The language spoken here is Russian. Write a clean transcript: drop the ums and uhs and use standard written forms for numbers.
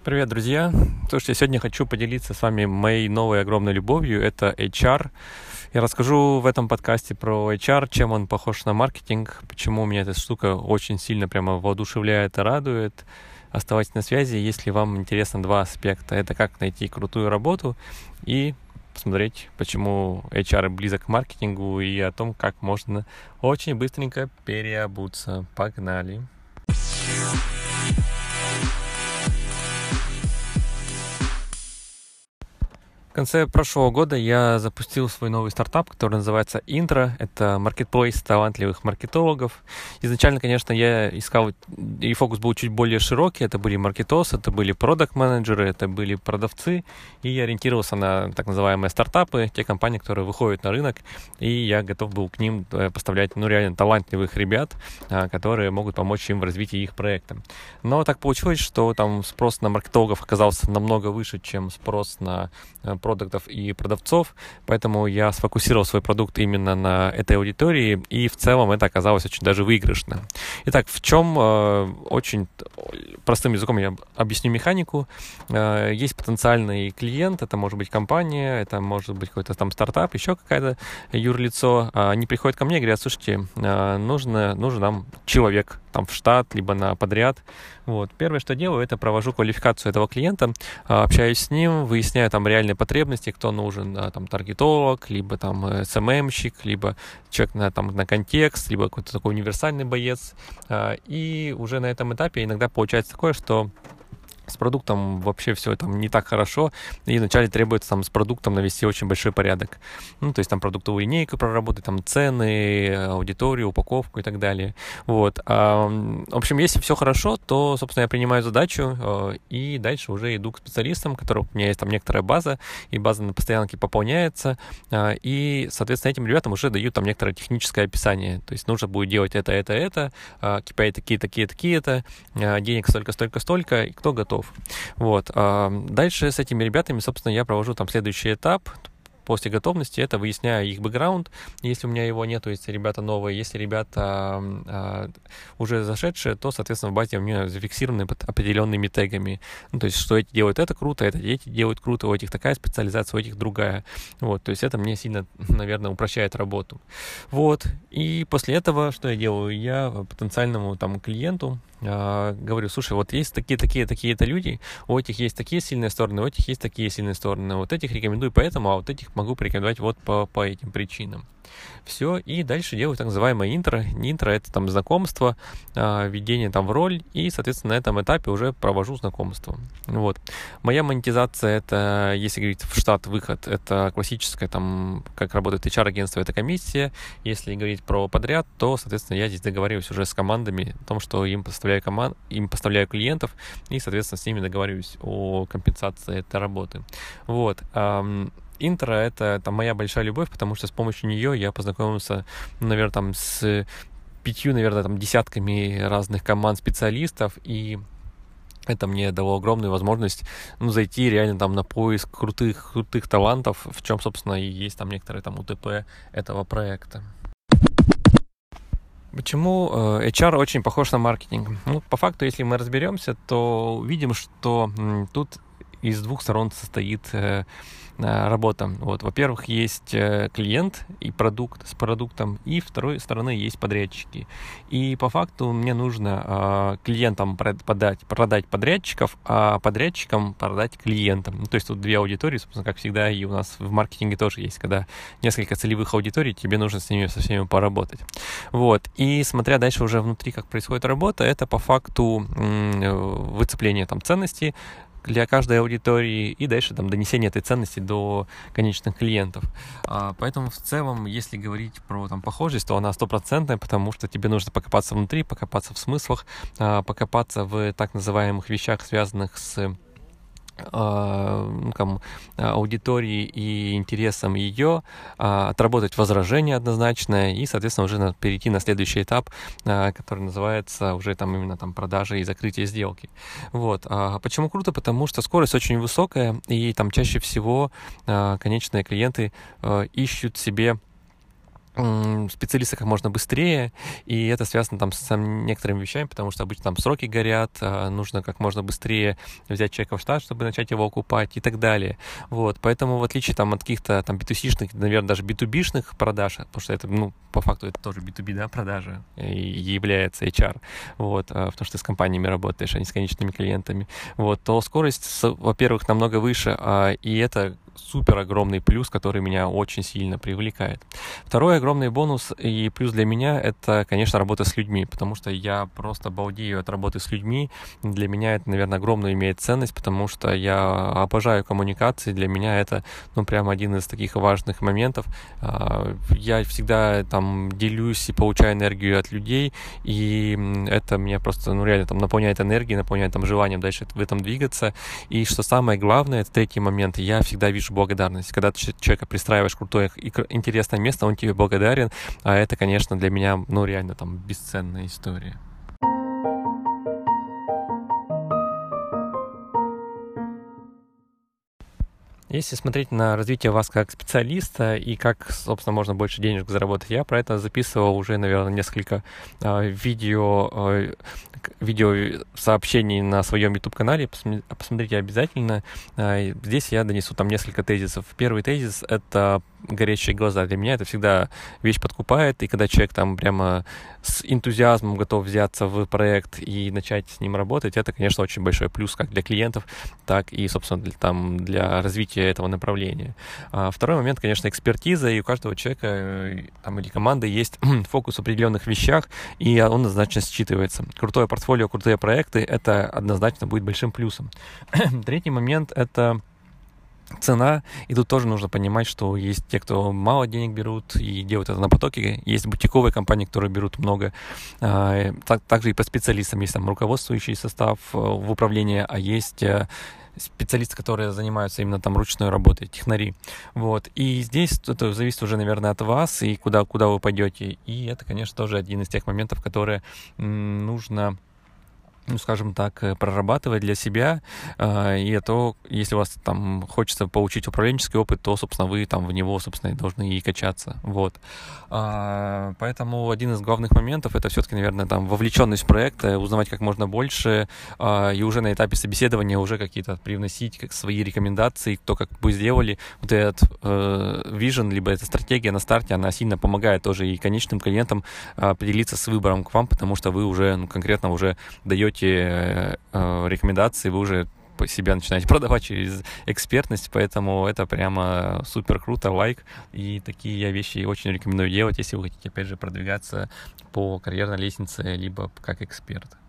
Привет, друзья! Слушайте, сегодня хочу поделиться с вами моей новой огромной любовью. Это HR. Я расскажу в этом подкасте про HR, чем он похож на маркетинг, почему меня эта штука очень сильно прямо воодушевляет и радует. Оставайтесь на связи, если вам интересно два аспекта. Это как найти крутую работу и посмотреть, почему HR близок к маркетингу и о том, как можно очень быстренько переобуться. Погнали! В конце прошлого года я запустил свой новый стартап, который называется Intro. Это маркетплейс талантливых маркетологов. Изначально, конечно, я искал, и фокус был чуть более широкий. Это были маркетосы, это были продакт-менеджеры, это были продавцы. И я ориентировался на так называемые стартапы, те компании, которые выходят на рынок. И я готов был к ним поставлять, реально талантливых ребят, которые могут помочь им в развитии их проекта. Но так получилось, что там спрос на маркетологов оказался намного выше, чем спрос на продуктов и продавцов, поэтому я сфокусировал свой продукт именно на этой аудитории, и в целом это оказалось очень даже выигрышно. Итак, в чем очень простым языком я объясню механику. Есть потенциальный клиент, это может быть компания, это может быть какой-то там стартап, еще какое-то юрлицо. Они приходят ко мне и говорят: слушайте, нужен нам человек там в штат, либо на подряд. Вот. Первое, что делаю, это провожу квалификацию этого клиента, общаюсь с ним, выясняю там реальные потребности, кто нужен, там таргетолог, либо там СММщик, либо человек на контекст, либо какой-то такой универсальный боец. И уже на этом этапе иногда получается такое, что с продуктом вообще все там не так хорошо, и вначале требуется там с продуктом навести очень большой порядок. То есть там продуктовую линейку проработать, там цены, аудиторию, упаковку и так далее. Вот. В общем, если все хорошо, то, собственно, я принимаю задачу и дальше уже иду к специалистам, у меня есть там некоторая база, и база на постоянке пополняется, и, соответственно, этим ребятам уже дают там некоторое техническое описание. То есть нужно будет делать это, KPI такие-то, денег столько, и кто готов. Вот. Дальше с этими ребятами, собственно, я провожу там следующий этап. После готовности это выясняю их бэкграунд, если у меня его нету, если ребята новые, если ребята уже зашедшие, то, соответственно, в базе у меня зафиксированы под определенными тегами. То есть, что эти делают это круто, эти делают круто, у этих такая специализация, у этих другая. Вот, то есть это мне сильно, наверное, упрощает работу. Вот, и после этого что я делаю? Я потенциальному там клиенту говорю: слушай, вот есть такие-то люди, у этих есть такие сильные стороны, у этих есть такие сильные стороны, вот этих рекомендую поэтому, а вот этих могу порекомендовать вот по этим причинам. Все, и дальше делаю так называемое интро. Интро — это там знакомство, введение там в роль, и, соответственно, на этом этапе уже провожу знакомство. Вот. Моя монетизация — это, если говорить в штат выход, это классическая, там, как работает HR-агентство, это комиссия. Если говорить про подряд, то, соответственно, я здесь договариваюсь уже с командами о том, что им поставляю клиентов, и, соответственно, с ними договариваюсь о компенсации этой работы. Вот. Интро — это там моя большая любовь, потому что с помощью нее я познакомился, наверное, там с 5, наверное, там десятками разных команд специалистов, и это мне дало огромную возможность, зайти реально там на поиск крутых талантов, в чем, собственно, и есть там некоторые там УТП этого проекта. Почему HR очень похож на маркетинг? По факту, если мы разберемся, то увидим, что тут из двух сторон состоит работа. Вот, во-первых, есть клиент и продукт с продуктом, и с второй стороны есть подрядчики. И по факту мне нужно клиентам продать подрядчиков, а подрядчикам продать клиентам. То есть тут две аудитории, собственно, как всегда, и у нас в маркетинге тоже есть, когда несколько целевых аудиторий, тебе нужно со всеми поработать. Вот. И смотря дальше уже внутри, как происходит работа, это по факту выцепление там ценностей для каждой аудитории и дальше там донесение этой ценности до конечных клиентов. Поэтому в целом, если говорить про там похожесть, то она 100%, потому что тебе нужно покопаться внутри, покопаться в смыслах, покопаться в так называемых вещах, связанных с аудитории и интересам ее, отработать возражение однозначное и, соответственно, уже перейти на следующий этап, который называется уже там именно там продажа и закрытие сделки. Вот. Почему круто? Потому что скорость очень высокая, и там чаще всего конечные клиенты ищут себе специалиста как можно быстрее, и это связано там с некоторыми вещами, потому что обычно там сроки горят, нужно как можно быстрее взять человека в штат, чтобы начать его окупать и так далее. Вот, поэтому в отличие там от каких-то там B2C-шных, наверное, даже B2B-шных продаж, потому что это, по факту это тоже B2B, да, продажи, и является HR, вот, потому что ты с компаниями работаешь, а не с конечными клиентами, вот, то скорость, во-первых, намного выше, и это супер огромный плюс, который меня очень сильно привлекает. Второй огромный бонус и плюс для меня — это, конечно, работа с людьми, потому что я просто балдею от работы с людьми. Для меня это, наверное, огромную имеет ценность, потому что я обожаю коммуникации. Для меня это, прям один из таких важных моментов. Я всегда там делюсь и получаю энергию от людей, и это меня просто, реально там наполняет энергией, наполняет там желанием дальше в этом двигаться. И что самое главное, это третий момент, я всегда вижу благодарность. Когда ты человека пристраиваешь в крутое и интересное место, он тебе благодарен, а это, конечно, для меня, реально там бесценная история. Если смотреть на развитие вас как специалиста и как, собственно, можно больше денег заработать, я про это записывал уже, наверное, несколько видео сообщений на своем YouTube-канале. Посмотрите обязательно. Здесь я донесу там несколько тезисов. Первый тезис — это горящие глаза. Для меня это всегда вещь подкупает, и когда человек там прямо с энтузиазмом готов взяться в проект и начать с ним работать, это, конечно, очень большой плюс как для клиентов, так и, собственно, для развития этого направления. Второй момент, конечно, экспертиза, и у каждого человека там, или команды есть фокус в определенных вещах, и он однозначно считывается. Крутое портфолио, крутые проекты — это однозначно будет большим плюсом. Третий момент — это цена, и тут тоже нужно понимать, что есть те, кто мало денег берут и делают это на потоке, есть бутиковые компании, которые берут много, также и по специалистам есть там руководствующий состав в управлении, а есть специалисты, которые занимаются именно там ручной работой, технари. Вот. И здесь это зависит уже, наверное, от вас и куда вы пойдете. И это, конечно, тоже один из тех моментов, которые нужно, скажем так, прорабатывать для себя, и это, если у вас там хочется получить управленческий опыт, то, собственно, вы там в него, собственно, и должны и качаться, вот. Поэтому один из главных моментов — это все-таки, наверное, там вовлеченность в проект, узнавать как можно больше, и уже на этапе собеседования уже какие-то привносить как свои рекомендации, кто как бы сделали. Вот этот vision, либо эта стратегия на старте, она сильно помогает тоже и конечным клиентам определиться с выбором к вам, потому что вы уже, конкретно уже даете рекомендации, вы уже себя начинаете продавать через экспертность, поэтому это прямо супер круто, лайк, и такие я вещи очень рекомендую делать, если вы хотите, опять же, продвигаться по карьерной лестнице, либо как эксперт.